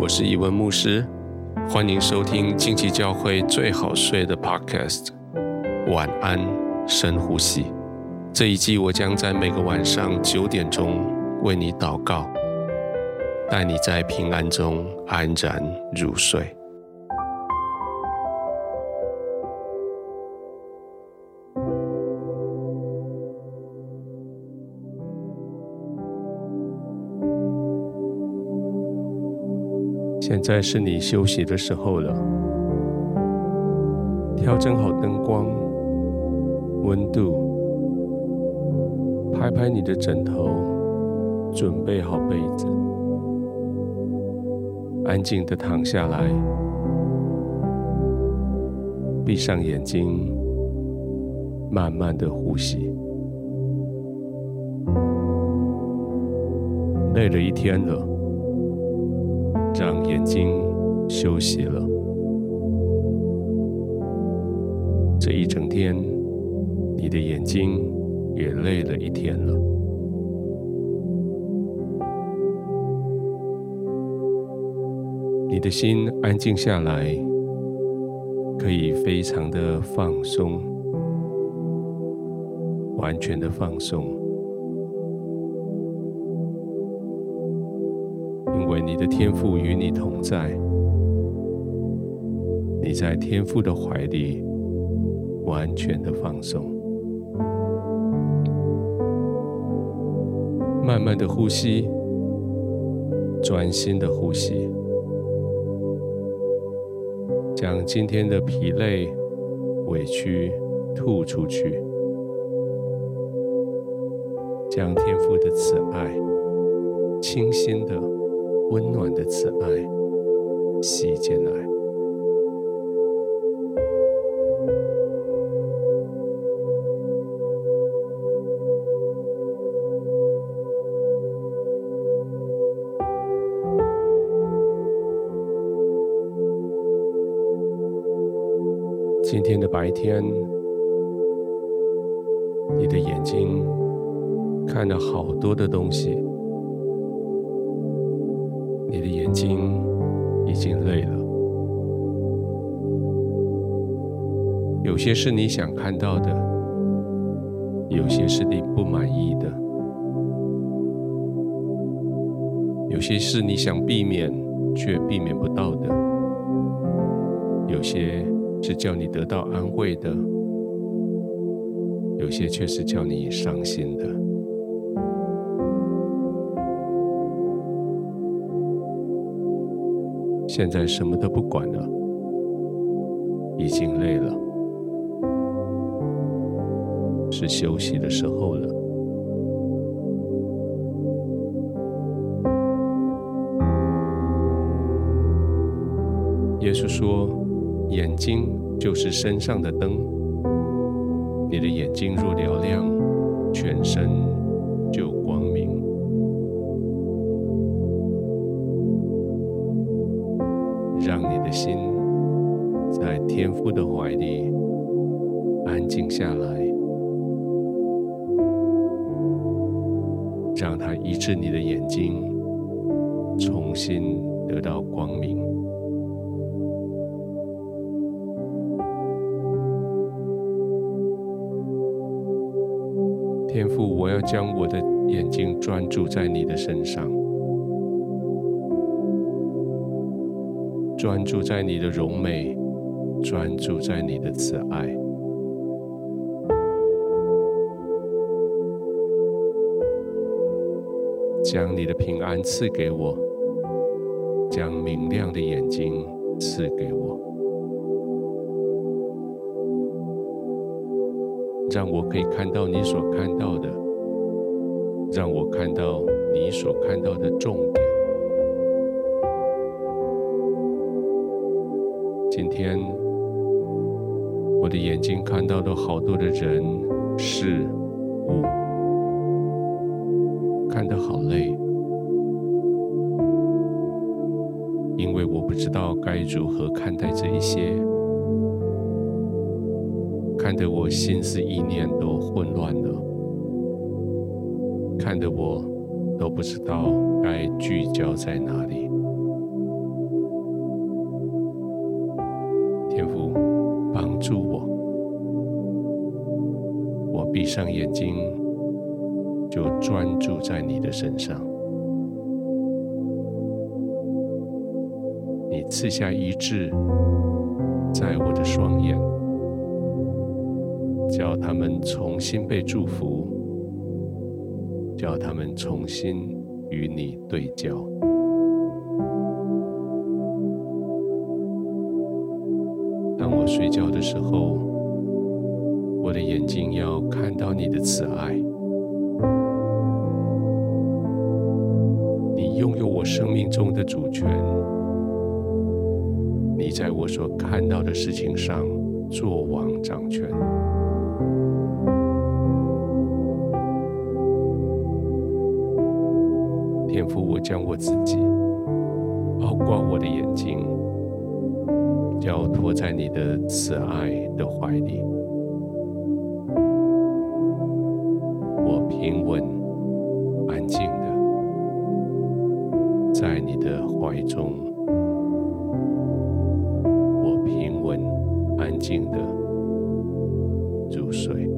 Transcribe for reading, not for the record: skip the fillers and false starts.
我是怡文牧师，欢迎收听近期教会最好睡的 Podcast。晚安，深呼吸。这一季我将在每个晚上9点钟为你祷告，带你在平安中安然入睡。现在是你休息的时候了，调整好灯光、温度，拍拍你的枕头，准备好被子，安静地躺下来，闭上眼睛，慢慢地呼吸。累了一天了，让眼睛休息了。这一整天，你的眼睛也累了一天了。你的心安静下来，可以非常的放松，完全的放松。因为你的天父与你同在，你在天父的怀里完全的放松，慢慢的呼吸，专心的呼吸，将今天的疲累、委屈吐出去，将天父的慈爱、清新的温暖的慈爱吸进来。今天的白天，你的眼睛看了好多的东西，你的眼睛已经累了。有些是你想看到的，有些是你不满意的，有些是你想避免却避免不到的，有些是叫你得到安慰的，有些却是叫你伤心的。现在什么都不管了，已经累了，是休息的时候了。耶稣说，眼睛就是身上的灯，你的眼睛若嘹亮，全身就光明。让你的心在天父的怀里安静下来，让他医治你的眼睛，重新得到光明。天父，我要将我的眼睛专注在你的身上，专注在你的荣美，专注在你的慈爱。将你的平安赐给我，将明亮的眼睛赐给我，让我可以看到你所看到的，让我看到你所看到的重点。今天我的眼睛看到了好多的人事物，看得好累，因为我不知道该如何看待这一些，看得我心思意念都混乱了，看得我都不知道该聚焦在哪里。 帮助我。我闭上眼睛，就专注在你的身上。你赐下医治在我的双眼，叫他们重新被祝福，叫他们重新与你对焦。当我睡觉的时候，我的眼睛要看到你的慈爱。你拥有我生命中的主权，你在我所看到的事情上作王掌权。天父，我将我自己，包括我的眼睛，交托在你的慈爱的怀里。我平稳安静的在你的怀中，我平稳安静的入睡。